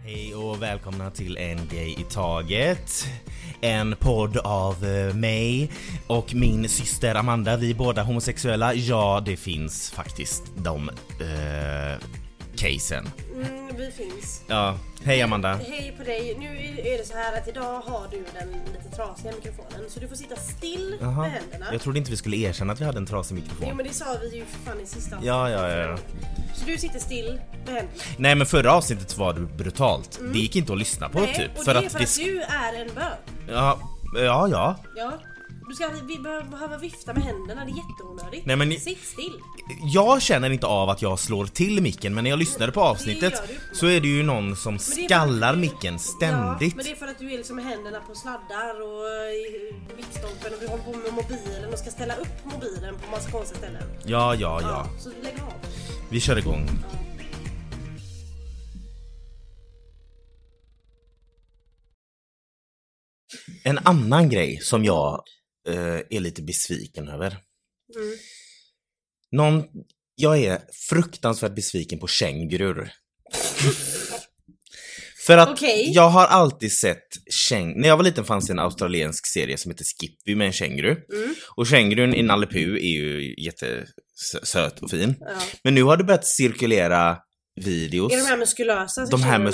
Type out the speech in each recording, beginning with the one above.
Hej och välkomna till En Gay i Taget. En podd av mig och min syster Amanda. Vi är båda homosexuella. Ja, det finns faktiskt de casen. Vi finns. Ja, hej Amanda. Hej på dig. Nu är det så här att idag har du den lite trasiga mikrofonen. Så du får sitta still med händerna. Jag trodde inte vi skulle erkänna att vi hade en trasig mikrofon. Jo, men det sa vi ju för fan i sista Ja. Så du sitter still med händerna. Nej, men förra avsnittet var det brutalt. Det gick inte att lyssna på. Nej, typ. och det är för att du är en bög. Ja. Du ska behöva vifta med händerna, det är jätteonödigt. Nej, men sitt still. Jag känner inte av att jag slår till micken, men när jag lyssnade på avsnittet så är det ju någon som skallar micken ständigt. Ja, men det är för att du är liksom med händerna på sladdar och viktstolpen och du håller på med mobilen och ska ställa upp mobilen på massa konstiga ställen. Ja. Så lägg av. Vi kör igång. En annan grej som jag är lite besviken över. Jag är fruktansvärt besviken på kängurur. För att jag har alltid sett när jag var liten fanns det en australiensk serie som heter Skippy med en känguru. Och kängurun i Nalle Puh är ju jättesöt och fin. Ja. Men nu har det börjat cirkulera videos. Är de här muskulösa?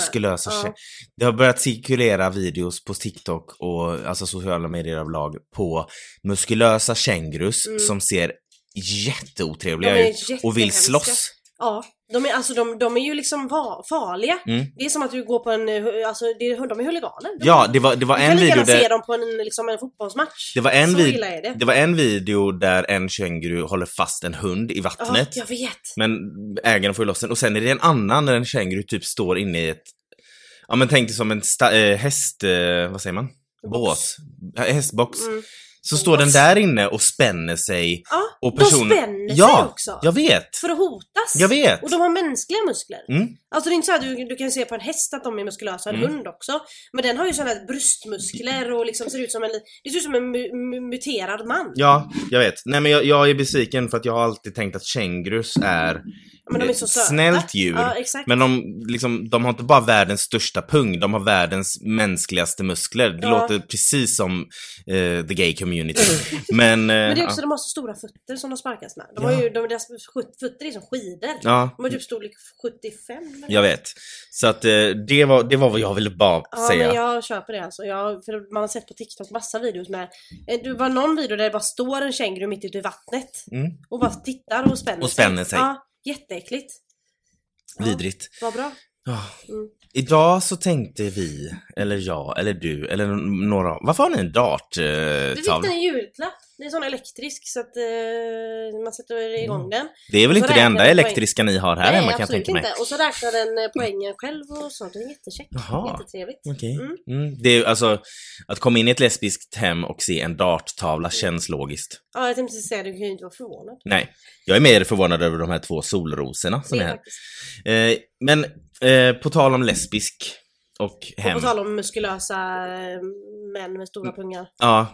Det har börjat cirkulera videos på TikTok och alltså sociala medier av lag på muskulösa kängurus som ser jätteotrevliga ut och vill slåss. Ja, de är ju liksom farliga. Det är som att du går på en, alltså de är huliganer. Det var en video där se dem på en fotbollsmatch. Det var en video där en känguru håller fast en hund i vattnet. Ja, jag vet. Men ägaren får ju loss den. Och sen är det en annan där en känguru typ står inne i ett, ja men tänk dig som en häst, vad säger man? Hästbox. Så står den där inne och spänner sig. Ja, och de spänner sig också. Jag vet. För att hotas. Jag vet. Och de har mänskliga muskler. Alltså det är inte så att du kan se på en häst att de är muskulösa, en hund också. Men den har ju sådana här bröstmuskler och liksom ser ut som en muterad man. Ja, jag vet. Nej, men jag är besviken för att jag har alltid tänkt att kängurus är men de är så söta. Snällt djur. Ja, exakt. Men de har inte bara världens största pung, de har världens mänskligaste muskler. Det låter precis som the gay community. Men det är också, de har så stora fötter som de sparkas med. Deras fötter är som skidor. Ja. De har typ storlek 75. Eller? Jag vet. Så att det var vad jag ville bara säga. Ja, men jag köper det alltså. För man har sett på TikTok massa videos med. Det var någon video där det bara står en känguru mitt ute i vattnet. Och bara tittar och spänner sig. Ja, jätteäckligt. Vidrigt. Vad bra. Idag så tänkte vi, eller jag, eller du, eller några. Varför har ni en darttavla? Vi fick den i julklapp. Det är sån elektrisk så att man sätter igång den. Det är väl inte det enda elektriska ni har här hemma, kan jag tänka mig. Inte. Och så räknar den poängen själv och så. Det är jättekäckt. Jättetrevligt. Okej. Det är alltså att komma in i ett lesbiskt hem och se en darttavla känns logiskt. Ja, jag tänkte säga du kan ju inte vara förvånad. Nej, jag är mer förvånad över de här 2 solrosorna som är här. Men på tal om lesbisk och hem. Och på tal om muskulösa män med stora pungar. Ja.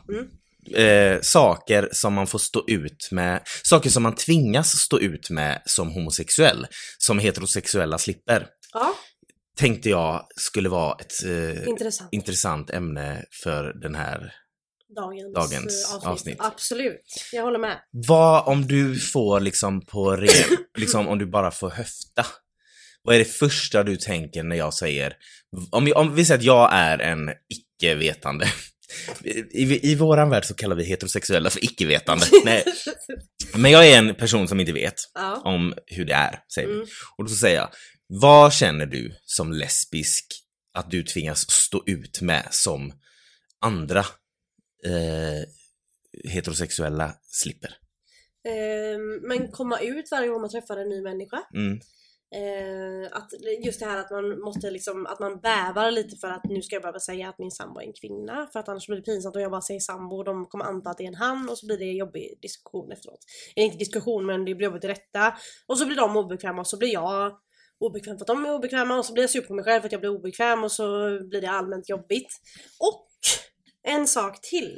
Saker som man får stå ut med, saker som man tvingas stå ut med som homosexuell, som heterosexuella slipper. Ja. Tänkte jag skulle vara ett intressant ämne för den här dagens avsnitt. Absolut, jag håller med. Vad om du får liksom om du bara får höfta? Vad är det första du tänker när jag säger, om vi säger att jag är en icke-vetande. I våran värld så kallar vi heterosexuella för icke-vetande. Nej. Men jag är en person som inte vet om hur det är, säger vi. Och då säger jag, vad känner du som lesbisk att du tvingas stå ut med som andra heterosexuella slipper? Men komma ut varje gång man träffar en ny människa. Att just det här att man måste liksom, att man bävar lite för att nu ska jag behöva säga att min sambo är en kvinna, för att annars blir det pinsamt om jag bara säger sambo och de kommer anta att det är en han och så blir det jobbig diskussion efteråt. Eller inte diskussion, men det blir jobbigt att rätta och så blir de obekväma och så blir jag obekväm för att de är obekväma och så blir jag sur på mig själv för att jag blir obekväm och så blir det allmänt jobbigt. Och en sak till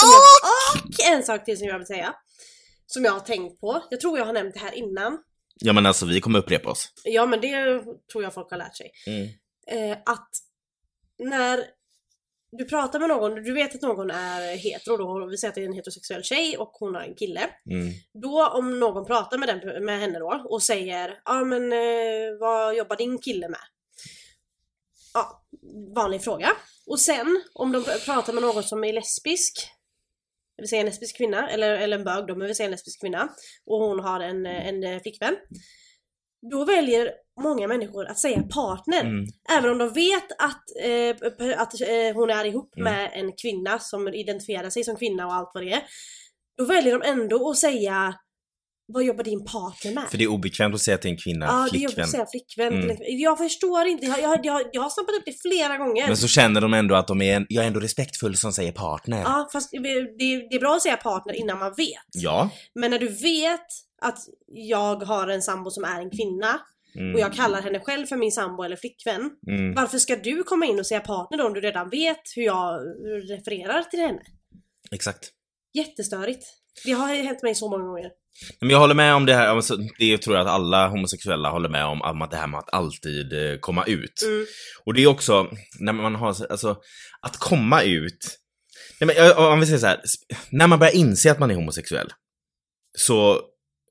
som jag vill säga, som jag har tänkt på. Jag tror jag har nämnt det här innan. Ja, men alltså vi kommer upprepa oss. Ja, men det tror jag folk har lärt sig. att när du pratar med någon, du vet att någon är hetero då, vi säger att det är en heterosexuell tjej och hon har en kille. Då om någon pratar med henne då och säger, men vad jobbar din kille med? Ja, vanlig fråga. Och sen om de pratar med någon som är lesbisk, det vill säga en lesbisk kvinna, eller en bög då, men vi säger en lesbisk kvinna, och hon har en flickvän, då väljer många människor att säga partner. Även om de vet att hon är ihop med en kvinna som identifierar sig som kvinna och allt vad det är. Då väljer de ändå att säga, vad jobbar din partner med? För det är obekvämt att säga att det är en kvinna, ja, flickvän. Ja, det är jobbigt att säga flickvän. Jag förstår inte, jag har snappat upp det flera gånger. Men så känner de ändå att jag är ändå respektfull som säger partner. Ja, fast det är bra att säga partner innan man vet. Ja. Men när du vet att jag har en sambo som är en kvinna och jag kallar henne själv för min sambo eller flickvän, varför ska du komma in och säga partner då om du redan vet hur jag refererar till henne? Exakt. Jättestörigt. Det har hänt mig så många gånger. Men jag håller med om det här, alltså, det tror jag att alla homosexuella håller med om att det här med att alltid komma ut. Och det är också, när man har, alltså, att komma ut, nej men, om vi säger så här, när man börjar inse att man är homosexuell, så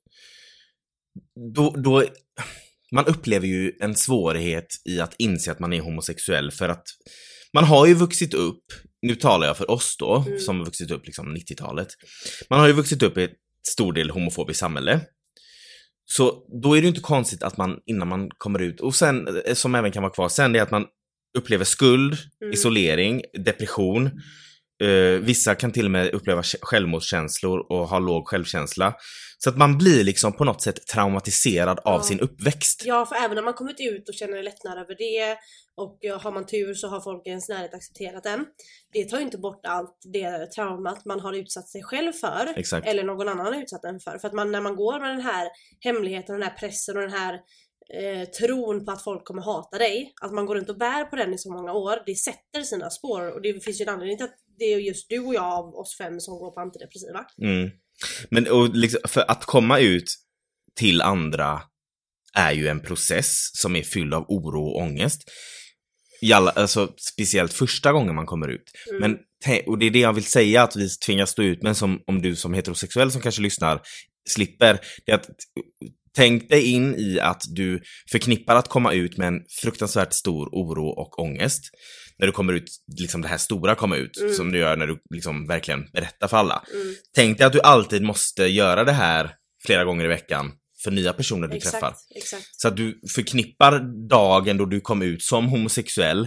då man upplever ju en svårighet i att inse att man är homosexuell, för att man har ju vuxit upp, nu talar jag för oss då, som har vuxit upp liksom 90-talet. Man har ju vuxit upp i ett stor del homofobiskt samhälle. Så då är det ju inte konstigt att man, innan man kommer ut, och sen, som även kan vara kvar sen, det är att man upplever skuld, isolering, depression. Vissa kan till och med uppleva självmordskänslor och ha låg självkänsla. Så att man blir liksom på något sätt traumatiserad av sin uppväxt. Ja, för även när man kommit ut och känner lättnad över det, och har man tur så har folk i ens närhet accepterat den. Det tar ju inte bort allt det traumat man har utsatt sig själv för. Exakt. Eller någon annan har utsatt den för. För att när man går med den här hemligheten, den här pressen och den här tron på att folk kommer hata dig, att man går runt och bär på den i så många år, det sätter sina spår. Och det finns ju en anledning till att det är just du och jag av oss 5 som går på antidepressiva. Men och liksom, för att komma ut till andra är ju en process som är fylld av oro och ångest. Alltså, speciellt första gången man kommer ut. Men, och det är det jag vill säga, att vi tvingas stå ut, men som, om du som heterosexuell som kanske lyssnar slipper, det är att tänk dig in i att du förknippar att komma ut med en fruktansvärt stor oro och ångest. När du kommer ut, liksom det här stora komma ut, som du gör när du liksom verkligen berättar för alla. Tänk dig att du alltid måste göra det här flera gånger i veckan för nya personer du träffar. Exakt. Så att du förknippar dagen då du kom ut som homosexuell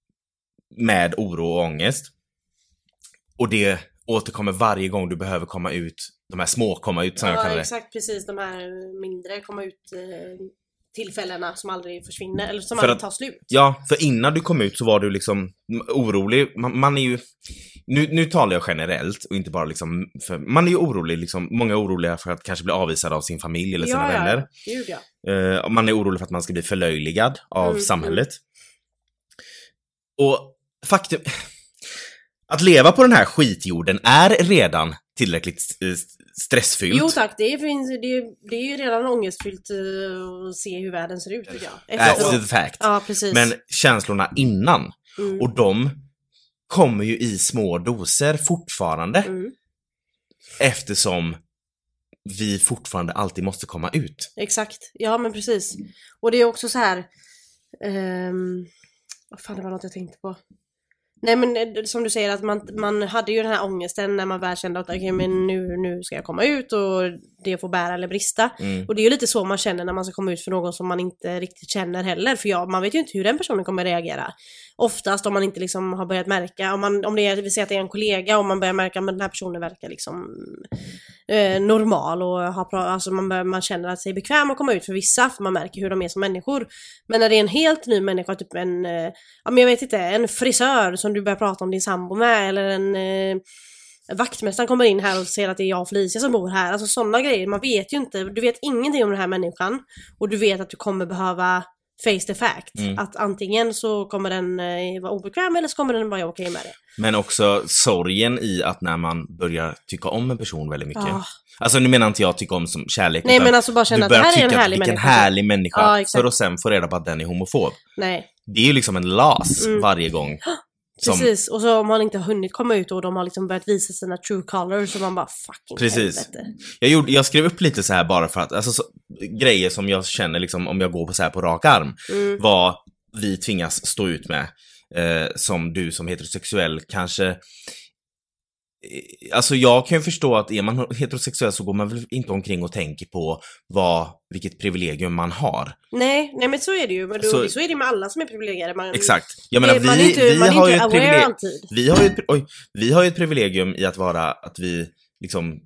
med oro och ångest. Och det återkommer varje gång du behöver komma ut, de här små komma ut som jag kallar det. Exakt, precis, de här mindre komma ut tillfällena som aldrig försvinner, eller som för aldrig tar slut. Ja, för innan du kom ut så var du liksom orolig. Man är ju, nu talar jag generellt och inte bara liksom, för man är ju orolig liksom, många är oroliga för att kanske bli avvisad av sin familj eller sina vänner. Ja. Man är orolig för att man ska bli förlöjligad av samhället. Och faktum, att leva på den här skitjorden är redan tillräckligt stressfyllt. Jo tack, det är ju redan ångestfyllt att se hur världen ser ut, tycker jag. After the fact. Ja, precis. Men känslorna innan, och de kommer ju i små doser fortfarande. Eftersom vi fortfarande alltid måste komma ut. Exakt, ja men precis. Och det är också så här, vad fan, det var något jag tänkte på. Nej, men som du säger, att man hade ju den här ångesten när man väl kände att okay, men nu ska jag komma ut och det får bära eller brista. Och det är ju lite så man känner när man ska komma ut för någon som man inte riktigt känner heller. För man vet ju inte hur den personen kommer reagera. Oftast om man inte liksom har börjat märka, om det är, vi säger att det är en kollega och man börjar märka att den här personen verkar liksom normal och alltså man känner att sig bekväm att komma ut för vissa, för man märker hur de är som människor. Men när det är en helt ny människa, typ jag vet inte, en frisör som du börjar prata om din sambo med, eller en vaktmästaren kommer in här och ser att det är jag och Felicia som bor här, alltså sådana grejer, man vet ju inte, du vet ingenting om den här människan och du vet att du kommer behöva face the fact, att antingen så kommer den vara obekväm eller så kommer den vara okej med det. Men också sorgen i att när man börjar tycka om en person väldigt mycket. Alltså nu menar inte jag tycka om som kärlek. Nej, men alltså bara känna att det här är en härlig människa. Härlig människa, för att sen få reda på att den är homofob. Nej. det är ju liksom en las varje gång. Precis, och så om man inte har hunnit komma ut och de har liksom börjat visa sina true colors så man bara fucking precis. helvete. Jag skrev upp lite så här bara för att, alltså grejer som jag känner liksom om jag går på så här på rak arm, vad vi tvingas stå ut med, som du som heterosexuell kanske. Alltså jag kan ju förstå att är man heterosexuell så går man väl inte omkring och tänker på vilket privilegium man har. Nej men så är det ju. Men så är det med alla som är privilegierade. Exakt. Jag menar, vi har ju ett privilegium i att vara, att vi liksom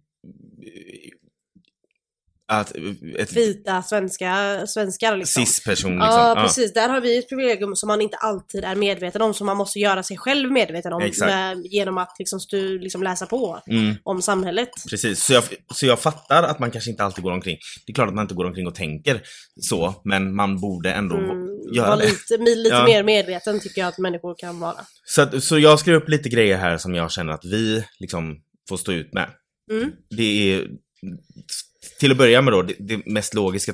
vita svenskar liksom. Cis-person liksom. Ja, precis. Där har vi ett privilegium som man inte alltid är medveten om, som man måste göra sig själv medveten om genom att liksom läsa på om samhället. Precis. Så jag fattar att man kanske inte alltid går omkring. Det är klart att man inte går omkring och tänker så, men man borde ändå göra det. Lite mer medveten tycker jag att människor kan vara. Så jag skrev upp lite grejer här som jag känner att vi liksom får stå ut med. Det är till att börja med då, det mest logiska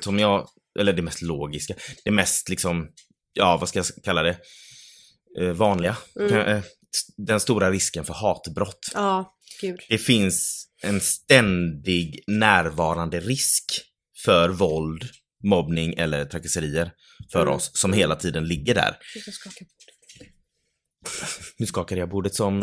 det mest liksom, ja vad ska jag kalla det, vanliga, den stora risken för hatbrott. Ja, gud. Det finns en ständig närvarande risk för våld, mobbning eller trakasserier för oss som hela tiden ligger där. Nu skakar jag bordet som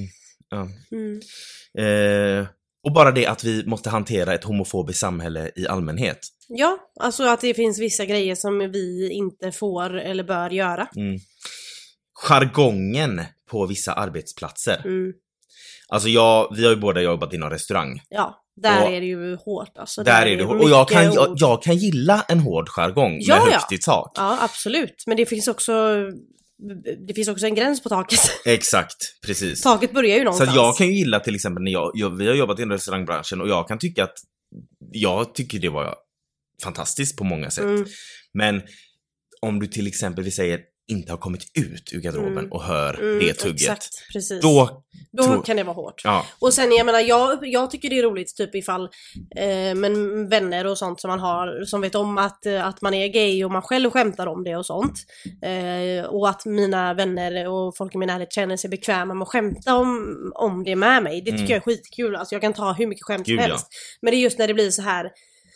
och bara det att vi måste hantera ett homofobiskt samhälle i allmänhet. Ja, alltså att det finns vissa grejer som vi inte får eller bör göra. Jargongen på vissa arbetsplatser. Alltså vi har ju båda jobbat inom restaurang. Ja, där är det ju hårt. Alltså, där är det hårt. Och jag kan gilla en hård jargong med högt i tak. Ja, absolut. Men det finns också en gräns på taket. Exakt, precis. Taket börjar ju någonstans. Så jag kan ju gilla till exempel när vi har jobbat i restaurangbranschen och jag kan tycka att jag tycker det var fantastiskt på många sätt. Men om du till exempel, vi säger, inte har kommit ut ur garderoben och hör det tugget. Exakt, precis. Då kan det vara hårt. Ja. Och sen, jag menar, jag tycker det är roligt typ ifall men vänner och sånt som man har, som vet om att man är gay och man själv skämtar om det och sånt. Och att mina vänner och folk i min närhet känner sig bekväma med att skämta om det med mig. Det tycker jag är skitkul. Alltså jag kan ta hur mycket skämt som helst. Men det är just när det blir så här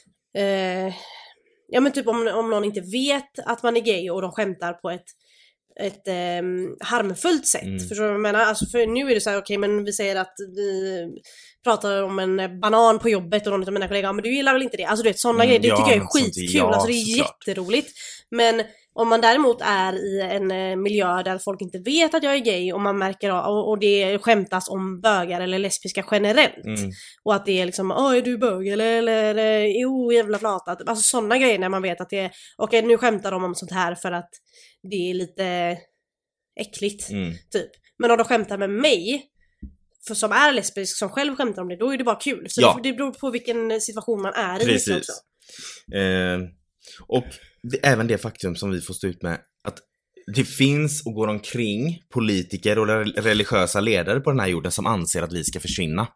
ja men typ om någon inte vet att man är gay och de skämtar på ett harmfullt sätt. Förstår du vad jag menar? Alltså för nu är det så här, okej, men vi säger att vi pratar om en banan på jobbet och någon av mina kollegor, men du gillar väl inte det? Alltså du vet, sådana grejer, det tycker jag är skitkul. Alltså det är jätteroligt. Men om man däremot är i en miljö där folk inte vet att jag är gay och man märker och det skämtas om bögar eller lesbiska generellt och att det är liksom, är du bög eller jo jävla flata. Alltså sådana grejer när man vet att det är, okej, nu skämtar de om sånt här för att det är lite äckligt typ. Men om de skämtar med mig som är lesbisk, som själv skämtar om det, då är det bara kul. Så det beror på vilken situation man är i. Precis. Också. Och även det faktum som vi får stå ut med, att det finns och går omkring politiker och religiösa ledare på den här jorden som anser att vi ska försvinna.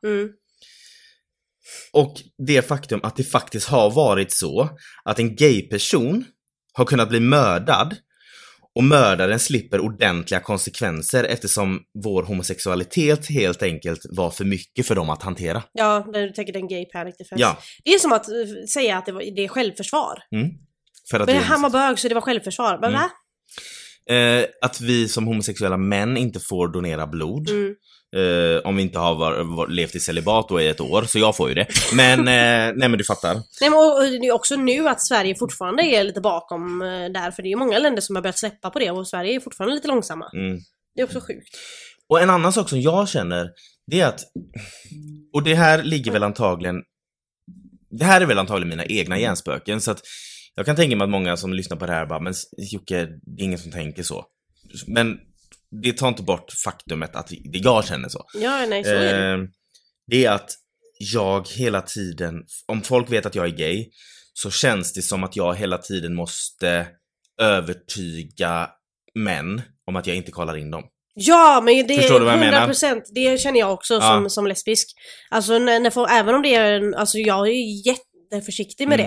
Och det faktum att det faktiskt har varit så att en gay-person har kunnat bli mördad och mördaren slipper ordentliga konsekvenser eftersom vår homosexualitet helt enkelt var för mycket för dem att hantera. Ja, du tänker den gay panic defense. Ja. Det är som att säga att det är självförvar. För att men han var bög så det var självförsvar. Men va? Att vi som homosexuella män inte får donera blod. Om vi inte har levt i celibat då i ett år. Så jag får ju det. Men, nej men du fattar. Nej, men och det är också nu att Sverige fortfarande är lite bakom där. För det är ju många länder som har börjat släppa på det. Och Sverige är fortfarande lite långsamma. Det är också sjukt. Och en annan sak som jag känner, det är att, och det här ligger väl antagligen, det här är väl antagligen mina egna hjärnspöken. Så att jag kan tänka mig att många som lyssnar på det här bara, men Jocke, det är ingen som tänker så. Men det tar inte bort faktumet att jag känner så. Ja, nej, så är det. Det är att jag hela tiden, om folk vet att jag är gay, så känns det som att jag hela tiden måste övertyga män om att jag inte kollar in dem. Ja, men det är 100%. Det känner jag också som lesbisk. Alltså när folk, även om det är alltså jag är jätteförsiktig med det.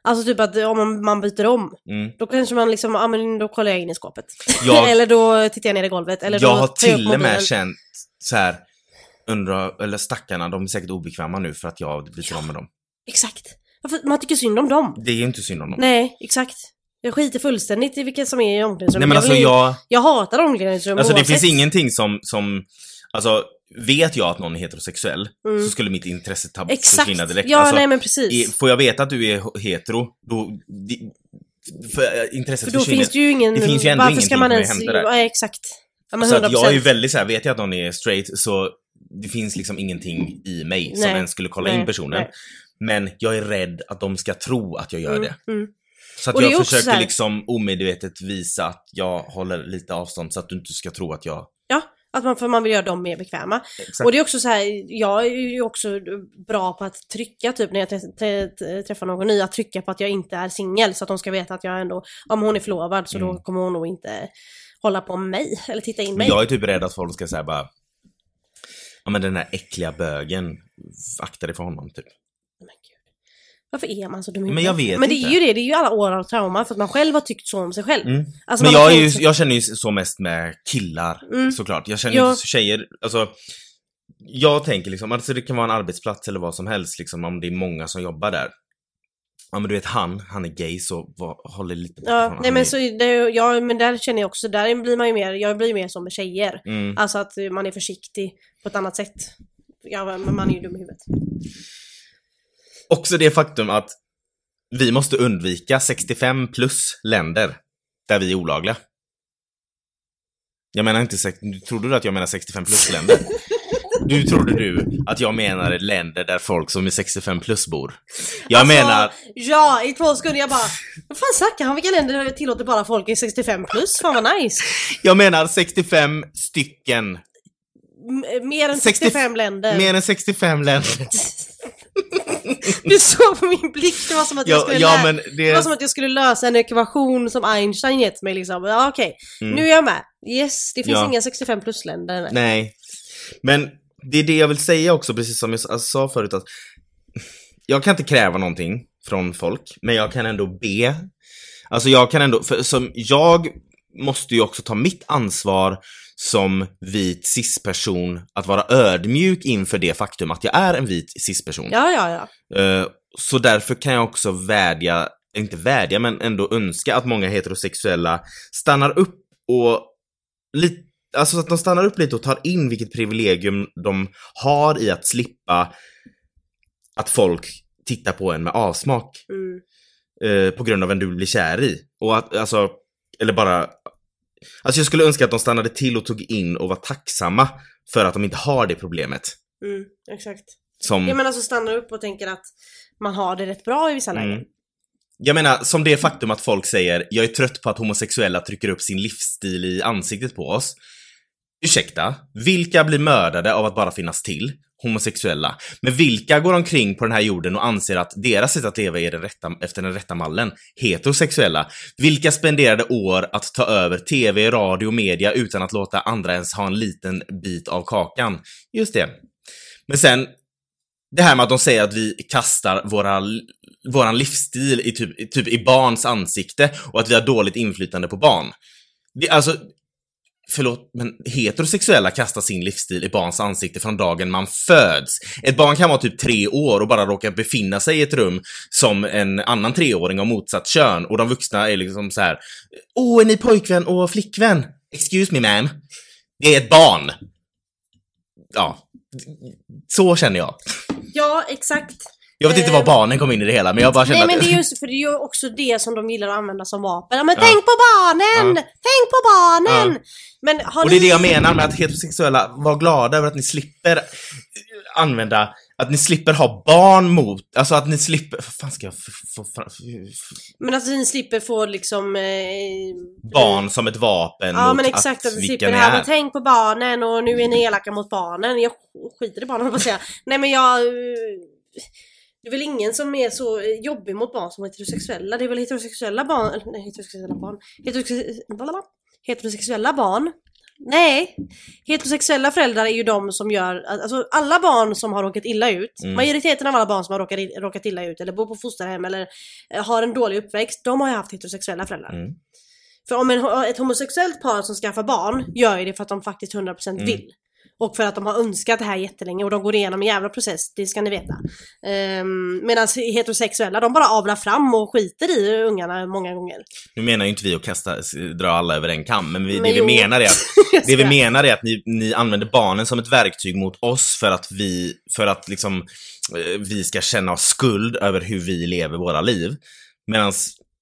Alltså typ att om man byter om, då kanske man liksom, ja men då kollar jag in i skåpet. Eller då tittar jag ner i golvet. Eller jag då har till och med känt så här, eller stackarna, de är säkert obekväma nu för att jag byter om med dem. Exakt. Man tycker synd om dem. Det är ju inte synd om dem. Nej, exakt. Jag skiter fullständigt i vilka som är i omklädningsrum. Nej, men alltså jag hatar omklädningsrum. Alltså oavsett. det finns ingenting som alltså vet jag att någon är heterosexuell så skulle mitt intresse försvinna direkt. Ja, alltså, nej men precis. Får jag veta att du är hetero, då för intresset för då försvinner. Finns det ju ingen, det finns ju ändå ingenting ska man ens, som händer där. Ja, exakt. Ja, så att jag är ju väldigt så här, vet jag att någon är straight så det finns liksom ingenting i mig som ens skulle kolla in personen. Nej. Men jag är rädd att de ska tro att jag gör det. Så att jag försöker liksom omedvetet visa att jag håller lite avstånd så att du inte ska tro att jag... Ja, att man vill göra dem mer bekväma. Exakt. Och det är också så här, jag är ju också bra på att trycka typ när jag träffar någon ny, att trycka på att jag inte är singel så att de ska veta att jag ändå, om hon är förlovad så då kommer hon nog inte hålla på mig eller titta in mig. Jag är typ rädd att folk ska säga bara, ja men den här äckliga bögen, akta dig för honom typ. Varför är man så dum? Men jag vet Men det inte. är ju det är ju alla år av trauma för att man själv har tyckt så om sig själv. Alltså men jag känner ju så mest med killar såklart. Jag känner ju tjejer, alltså jag tänker liksom, alltså det kan vara en arbetsplats eller vad som helst liksom, om det är många som jobbar där. Ja men du vet han är gay så håller lite ja, nej men så men där känner jag också, där blir man ju mer, jag blir mer som med tjejer. Alltså att man är försiktig på ett annat sätt. Ja, men man är ju dum i huvudet. Också det faktum att vi måste undvika 65 plus länder där vi är olagliga. Jag menar inte, trodde du att jag menar 65 plus länder? Trodde du att jag menar länder där folk som är 65 plus bor? Jag menar... Ja, i 2 sekunder jag bara, vad fan snackar han? Vilka länder tillåter bara folk i 65 plus? Fan vad nice. Jag menar 65 stycken. Mer än 65 länder. Mer än 65 länder. Du såg på min blick, det var som att det var som att jag skulle lösa en ekvation som Einstein gett mig liksom. Ja, okej. Nu är jag med. Yes, det finns inga 65 plus länder. Nej. Men det är det jag vill säga också, precis som jag sa förut, att jag kan inte kräva någonting från folk, men jag kan ändå be. Alltså jag kan ändå, som jag måste ju också ta mitt ansvar som vit cis-person att vara ödmjuk inför det faktum att jag är en vit cis-person. Ja. Så därför kan jag också inte vädja, men ändå önska att många heterosexuella stannar upp och alltså att de stannar upp lite och tar in vilket privilegium de har i att slippa att folk tittar på en med avsmak på grund av vem du blir kär i. Och att, alltså jag skulle önska att de stannade till och tog in och var tacksamma för att de inte har det problemet. Exakt. Som... Jag menar så stannar upp och tänker att man har det rätt bra i vissa lägen. Jag menar, som det faktum att folk säger jag är trött på att homosexuella trycker upp sin livsstil i ansiktet på oss. Ursäkta, vilka blir mördade av att bara finnas till? Homosexuella. Men vilka går omkring på den här jorden och anser att deras sätt att leva är efter den rätta mallen? Heterosexuella. Vilka spenderade år att ta över tv, radio och media utan att låta andra ens ha en liten bit av kakan? Just det. Men sen, det här med att de säger att vi kastar våran livsstil i typ i barns ansikte och att vi har dåligt inflytande på barn. Alltså, förlåt, men heterosexuella kastar sin livsstil i barns ansikte från dagen man föds. Ett barn kan vara typ 3 år och bara råka befinna sig i ett rum som en annan 3-åring av motsatt kön. Och de vuxna är liksom så här: är ni pojkvän och flickvän? Excuse me ma'am. Det är ett barn. Ja, så känner jag. Ja, exakt. Jag vet inte vad barnen kom in i det hela, men jag bara känner nej, men det är just för det är ju också det som de gillar att använda som vapen. Ja, men tänk på barnen! Tänk på barnen! Men och det är det jag menar med att heterosexuella var glada över att ni slipper använda, att ni slipper ha barn mot, alltså att ni slipper, vad fan ska jag men alltså ni slipper få liksom barn som ett vapen mot men exakt, att ni slipper det här, men tänk på barnen och nu är ni elaka mot barnen. Jag skiter i barnen på att säga. Nej men det är väl ingen som är så jobbig mot barn som heterosexuella. Det är väl heterosexuella barn. Nej, heterosexuella föräldrar är ju de som gör, alltså alla barn som har råkat illa ut, majoriteten av alla barn som har råkat illa ut eller bor på fosterhem eller har en dålig uppväxt, de har ju haft heterosexuella föräldrar. För om ett homosexuellt par som skaffar barn gör ju det för att de faktiskt 100% vill. Och för att de har önskat det här jättelänge och de går igenom en jävla process, det ska ni veta. Medan heterosexuella, de bara avlar fram och skiter i ungarna många gånger. Nu menar ju inte vi att dra alla över en kam, men det vi menar är att, det vi menar är att ni använder barnen som ett verktyg mot oss för att liksom, vi ska känna skuld över hur vi lever våra liv. Medan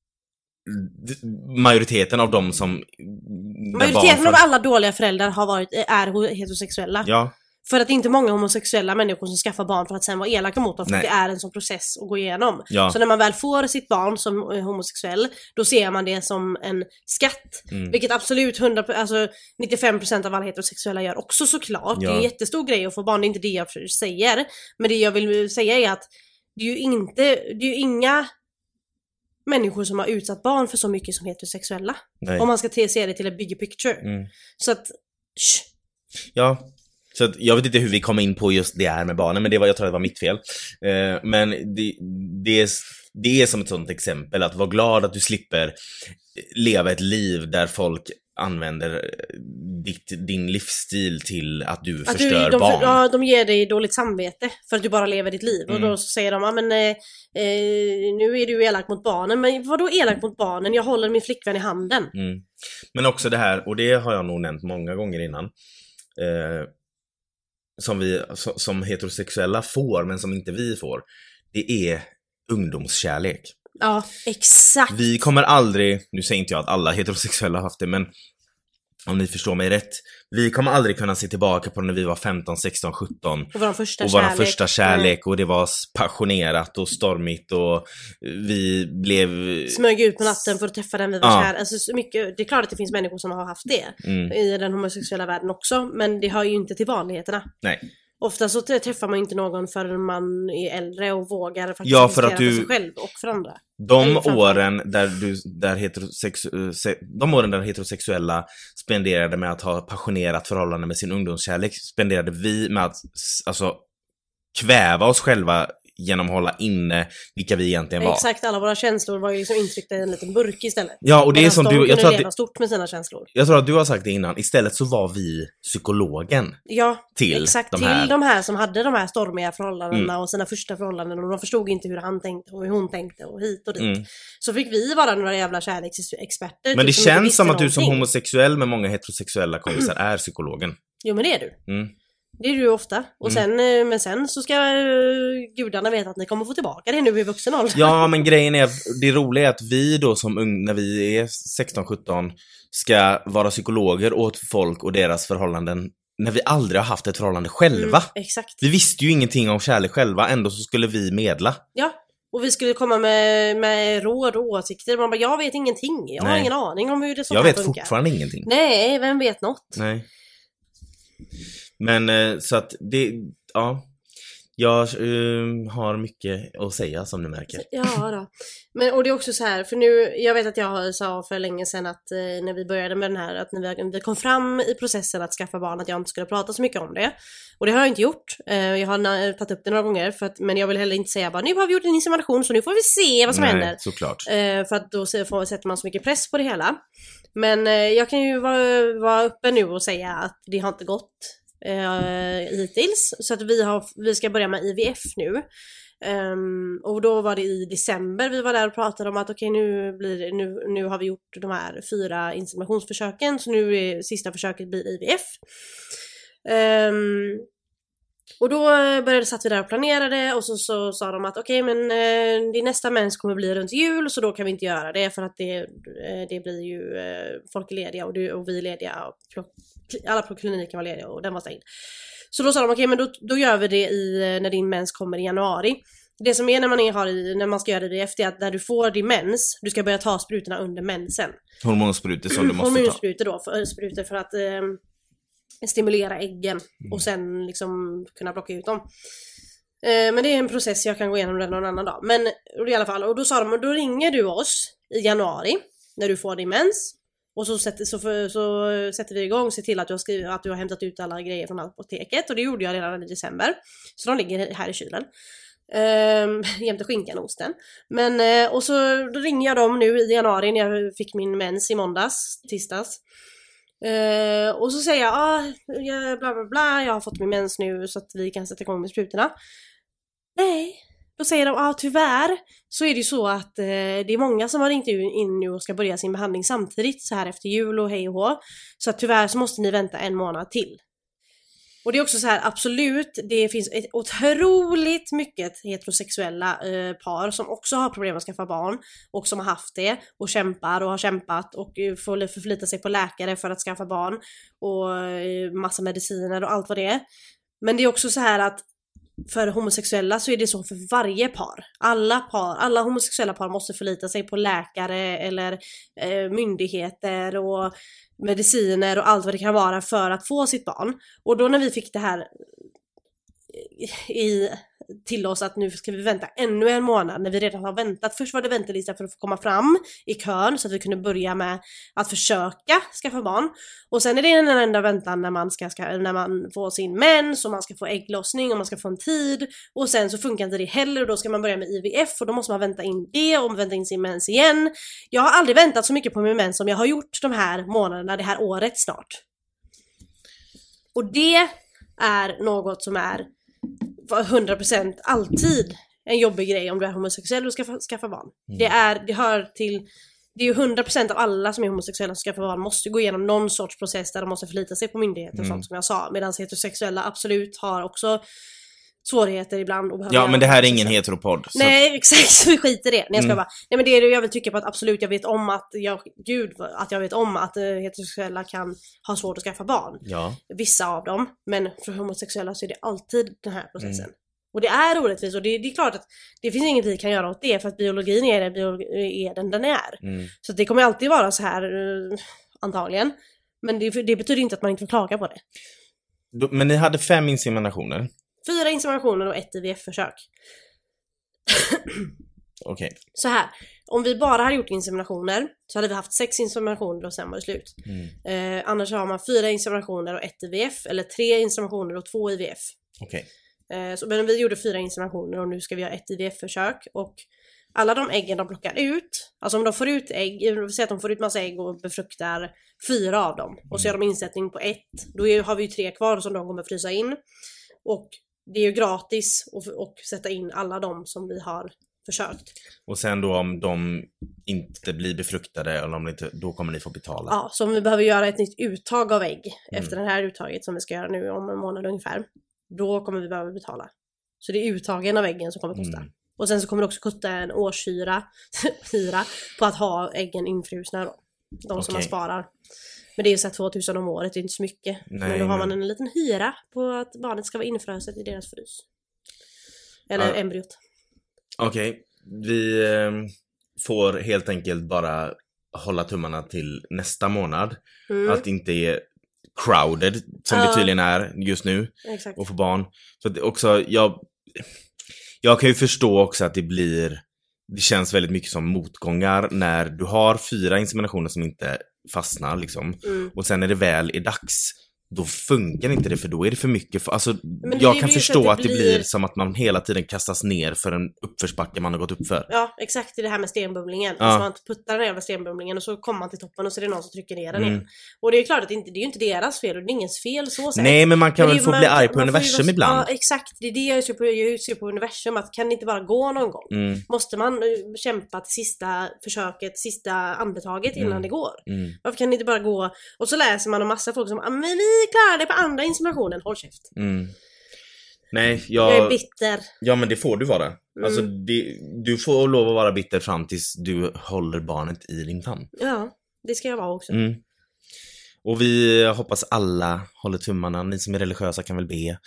majoriteten av dem som... Majoriteten av alla dåliga föräldrar är heterosexuella. Ja. För att det är inte många homosexuella människor som skaffar barn för att sen vara elaka mot dem. För att det är en sån process att gå igenom. Ja. Så när man väl får sitt barn som homosexuell, då ser man det som en skatt. Vilket absolut 95% av alla heterosexuella gör också såklart. Ja. Det är en jättestor grej att få barn, det är inte det jag säger. Men det jag vill säga är att det är ju inga människor som har utsatt barn för så mycket som heterosexuella. Nej. Om man ska se det till en bigger picture. Så att... Ja, så att, jag vet inte hur vi kom in på just det här med barnen, men jag tror det var mitt fel. Men det är som ett sånt exempel, att vara glad att du slipper leva ett liv där folk använder din livsstil till att du förstör barn. Ja, de ger dig dåligt samvete för att du bara lever ditt liv. Och då säger de, nu är du elak mot barnen. Men vadå elak mot barnen? Jag håller min flickvän i handen. Men också det här, och det har jag nog nämnt många gånger innan, som heterosexuella får, men som inte vi får. Det är ungdomskärlek. Ja, exakt. Vi kommer aldrig, nu säger inte jag att alla heterosexuella har haft det, men om ni förstår mig rätt, vi kommer aldrig kunna se tillbaka på när vi var 15, 16, 17 och vår första kärlek och det var passionerat och stormigt och vi blev... smög ut på natten för att träffa den vi var kär. Alltså, så mycket, det är klart att det finns människor som har haft det i den homosexuella världen också, men det hör ju inte till vanligheterna. Nej. Ofta så träffar man inte någon förrän man är äldre och vågar faktiskt för sig själv och för andra. De åren där heterosexuella spenderade med att ha passionerat förhållande med sin ungdomskärlek, spenderade vi med att kväva oss själva genom att hålla inne vilka vi egentligen var. Exakt, alla våra känslor var ju liksom intryckta i en liten burk istället. Ja, och det är som du... Jag tror att leva stort med sina känslor. Jag tror att du har sagt det innan. Istället så var vi psykologen. Ja, exakt. Till de här som hade de här stormiga förhållandena och sina första förhållanden. Och de förstod inte hur han tänkte och hur hon tänkte och hit och dit. Så fick vi vara några jävla kärleksexperter. Men det känns som att du som homosexuell med många heterosexuella kompisar är psykologen. Jo, men det är du. Det är du ofta. Och men sen så ska gudarna veta att ni kommer få tillbaka det nu i vuxen ålder. Ja, men grejen är, det roliga är att vi då som när vi är 16-17 ska vara psykologer åt folk och deras förhållanden när vi aldrig har haft ett förhållande själva. Exakt. Vi visste ju ingenting om kärlek själva, ändå så skulle vi medla. Ja, och vi skulle komma med råd och åsikter. Man bara, jag vet ingenting. Jag har ingen aning om hur det funkar. Jag vet fortfarande ingenting. Nej, vem vet något? Nej. Men så att det, jag har mycket att säga som du märker. Ja då. Men, och det är också så här, för nu, jag vet att jag sa för länge sedan att när vi började med den här, att när vi kom fram i processen att skaffa barn, att jag inte skulle prata så mycket om det. Och det har jag inte gjort. Jag har tagit upp det några gånger, men jag vill heller inte säga bara, nu har vi gjort en insemination så nu får vi se vad som händer. Såklart. För att då sätter man så mycket press på det hela. Men jag kan ju vara uppe nu och säga att det har inte gått hittills, så att vi ska börja med IVF nu. Och då var det i december vi var där och pratade om att okej, nu har vi gjort de här 4 inseminationsförsöken, så nu är sista försöket blir IVF. Och då satt vi där och planerade, och så sa de att okej, men din nästa mens kommer bli runt jul, så då kan vi inte göra det för att det blir ju folk är lediga och vi är lediga, alla på kliniken var lediga och den var stängd. Så då sa de okej, men då gör vi det när din mens kommer i januari. Det som är när man ska göra IVF är att när du får din mens, du ska börja ta sprutorna under mensen. Hormonsprutor som du måste ta. Hormonsprutor då, sprutor för att stimulera äggen och sen liksom kunna plocka ut dem. Men det är en process, jag kan gå igenom den någon annan dag. Men i alla fall, och då sa de, då ringer du oss i januari när du får din mens. Och så sätter vi igång, se till att du har hämtat ut alla grejer från apoteket. Och det gjorde jag redan i december. Så de ligger här i kylen. Jämte skinkan och osten. Men, och så då ringer jag dem nu i januari när jag fick min mens i tisdags. Och så säger jag bla bla bla, jag har fått min mens nu så att vi kan sätta igång med sprutorna. Nej, då säger de tyvärr så är det ju så att det är många som har ringt in nu och ska börja sin behandling samtidigt så här efter jul och hej och hå. Så att tyvärr så måste ni vänta 1 månad till. Och det är också så här, absolut, det finns ett otroligt mycket heterosexuella par som också har problem att skaffa barn och som har haft det och kämpar och har kämpat och får förflita sig på läkare för att skaffa barn och massa mediciner och allt vad det är. Men det är också så här att för homosexuella så är det så för varje par. Alla homosexuella par måste förlita sig på läkare eller myndigheter och mediciner och allt vad det kan vara för att få sitt barn. Och då när vi fick det här till oss att nu ska vi vänta ännu 1 månad när vi redan har väntat. Först var det väntelista för att få komma fram i kön så att vi kunde börja med att försöka skaffa barn. Och sen är det en enda väntan när man får sin mens och man ska få ägglossning och man ska få en tid. Och sen så funkar inte det heller och då ska man börja med IVF och då måste man vänta in det och vänta in sin mens igen. Jag har aldrig väntat så mycket på min mens som jag har gjort de här månaderna, det här året snart. Och det är något som är 100% alltid en jobbig grej om du är homosexuell och ska skaffa barn. Det är ju 100% av alla som är homosexuella som skaffar barn måste gå igenom någon sorts process där de måste förlita sig på myndigheter och sånt som jag sa. Medan heterosexuella absolut har också svårigheter ibland. Ja, men det här är ingen heteropodd. Nej, exakt, så vi skiter i det. Nej, nej, men det är det jag vill trycka på att absolut, jag vet om att jag vet om att heterosexuella kan ha svårt att skaffa barn. Ja. Vissa av dem, men för homosexuella så är det alltid den här processen. Och det är orättvist och det är klart att det finns inget vi kan göra åt det för att biologin är den är. Så det kommer alltid vara så här antagligen. Men det betyder inte att man inte får klaga på det. Men ni hade 5 inseminationer? 4 inseminationer och 1 IVF-försök. Okej. Så här, om vi bara hade gjort inseminationer så hade vi haft 6 inseminationer och sen var det slut. Annars har man 4 inseminationer och 1 IVF eller 3 inseminationer och 2 IVF. Okej. Men vi gjorde 4 inseminationer och nu ska vi ha 1 IVF-försök och alla de äggen de plockar ut, alltså om de får ut ägg, vi säger att de får ut massa ägg och befruktar 4 av dem och så gör de insättning på 1, då har vi ju 3 kvar som de kommer frysa in och det är ju gratis att sätta in alla de som vi har försökt. Och sen då om de inte blir befruktade eller om inte, då kommer ni få betala. Ja, så om vi behöver göra ett nytt uttag av ägg efter det här uttaget som vi ska göra nu om en månad ungefär, då kommer vi behöva betala. Så det är uttagen av äggen som kommer kosta. Och sen så kommer det också kosta en årshyra på att ha äggen infrusna då. De som man sparar. Men det är ju så 2000 om året, det är inte så mycket. Nej, men då har man en liten hyra på att barnet ska vara infröset i deras frys. Eller embryot. Okej. Vi får helt enkelt bara hålla tummarna till nästa månad. Att det inte är crowded som det tydligen är just nu. Exakt. Och få barn. Så det också, jag kan ju förstå också att det känns väldigt mycket som motgångar när du har 4 inseminationer som inte fastnar liksom. Och sen när det väl är dags, då funkar inte det för då är det för mycket. Alltså, jag kan förstå att det blir som att man hela tiden kastas ner för en uppförsbacke man har gått upp för. Ja, exakt, det här med stenbumlingen. Ja. Alltså man puttar den jävla stenbumlingen och så kommer man till toppen och så är det någon som trycker ner den igen. Och det är klart att det är ju inte deras fel och det är ingens fel så sätt. Nej, men man kan väl få bli arg på universum ibland. Ja, exakt. Det är det jag ser på universum. Att kan det inte bara gå någon gång? Måste man kämpa till sista försöket, sista andetaget innan det går? Varför kan det inte bara gå? Och så läser man om massa folk som men vi klarar det på andra inseminationen. Håll käft. Nej, jag är bitter. Ja, men det får du vara. Alltså, du får lov att vara bitter fram tills du håller barnet i din famn. Ja, det ska jag vara också. Och vi hoppas alla håller tummarna. Ni som är religiösa kan väl be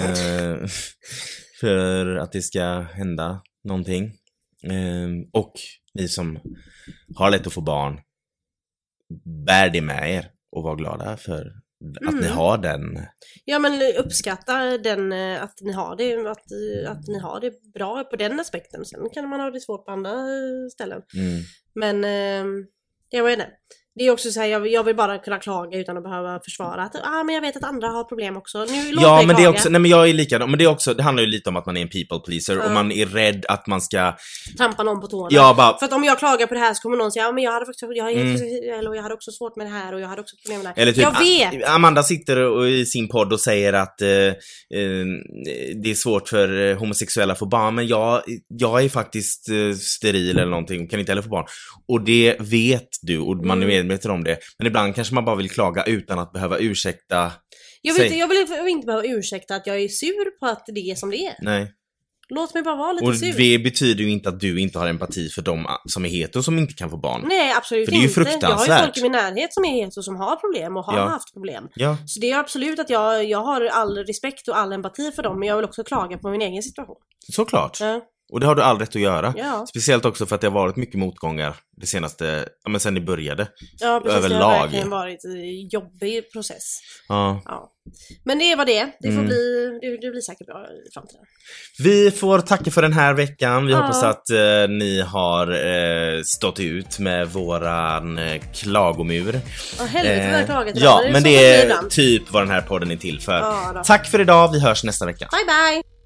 för att det ska hända någonting. Och ni som har lätt att få barn, bär det med er och var glada för att ni har den. Ja, men uppskatta den, att ni har det, att ni har det bra på den aspekten. Sen kan man ha det svårt på andra ställen. Men jag vet inte. Det är också så här, jag vill bara kunna klaga utan att behöva försvara att men jag vet att andra har problem också. Nu låt mig men det är klaga. också, nej men jag är likadan, men det är också, det handlar ju lite om att man är en people pleaser och man är rädd att man ska trampa någon på tårna. Ja, bara... För att om jag klagar på det här så kommer någon säga men jag hade också svårt med det här och jag hade också problem med det här. Eller typ, jag vet. Amanda sitter i sin podd och säger att det är svårt för homosexuella att få barn, men jag är faktiskt steril eller någonting, kan inte heller få barn. Och det vet du och man är medveten om det. Men ibland kanske man bara vill klaga utan att behöva ursäkta. Jag vill inte behöva ursäkta att jag är sur på att det är som det är. Nej. Låt mig bara vara lite sur. Och det betyder ju inte att du inte har empati för dem som är hetero som inte kan få barn. Nej, absolut inte. För det är ju fruktansvärt. Jag har ju folk i min närhet som är hetero som har problem och har haft problem. Ja. Så det är absolut att jag har all respekt och all empati för dem, men jag vill också klaga på min egen situation. Såklart. Ja. Och det har du all rätt att göra. Ja. Speciellt också för att det har varit mycket motgångar det senaste, men sen det började. Ja, precis. Överlag. Det har verkligen varit en jobbig process. Ja. Men det var det. Det får det blir säkert bra i framtiden. Vi får tacka för den här veckan. Vi hoppas att ni har stått ut med våran klagomur. Helvete vad jag klagat. Ja, men det är typ vad den här podden är till för. Tack för idag. Vi hörs nästa vecka. Bye bye!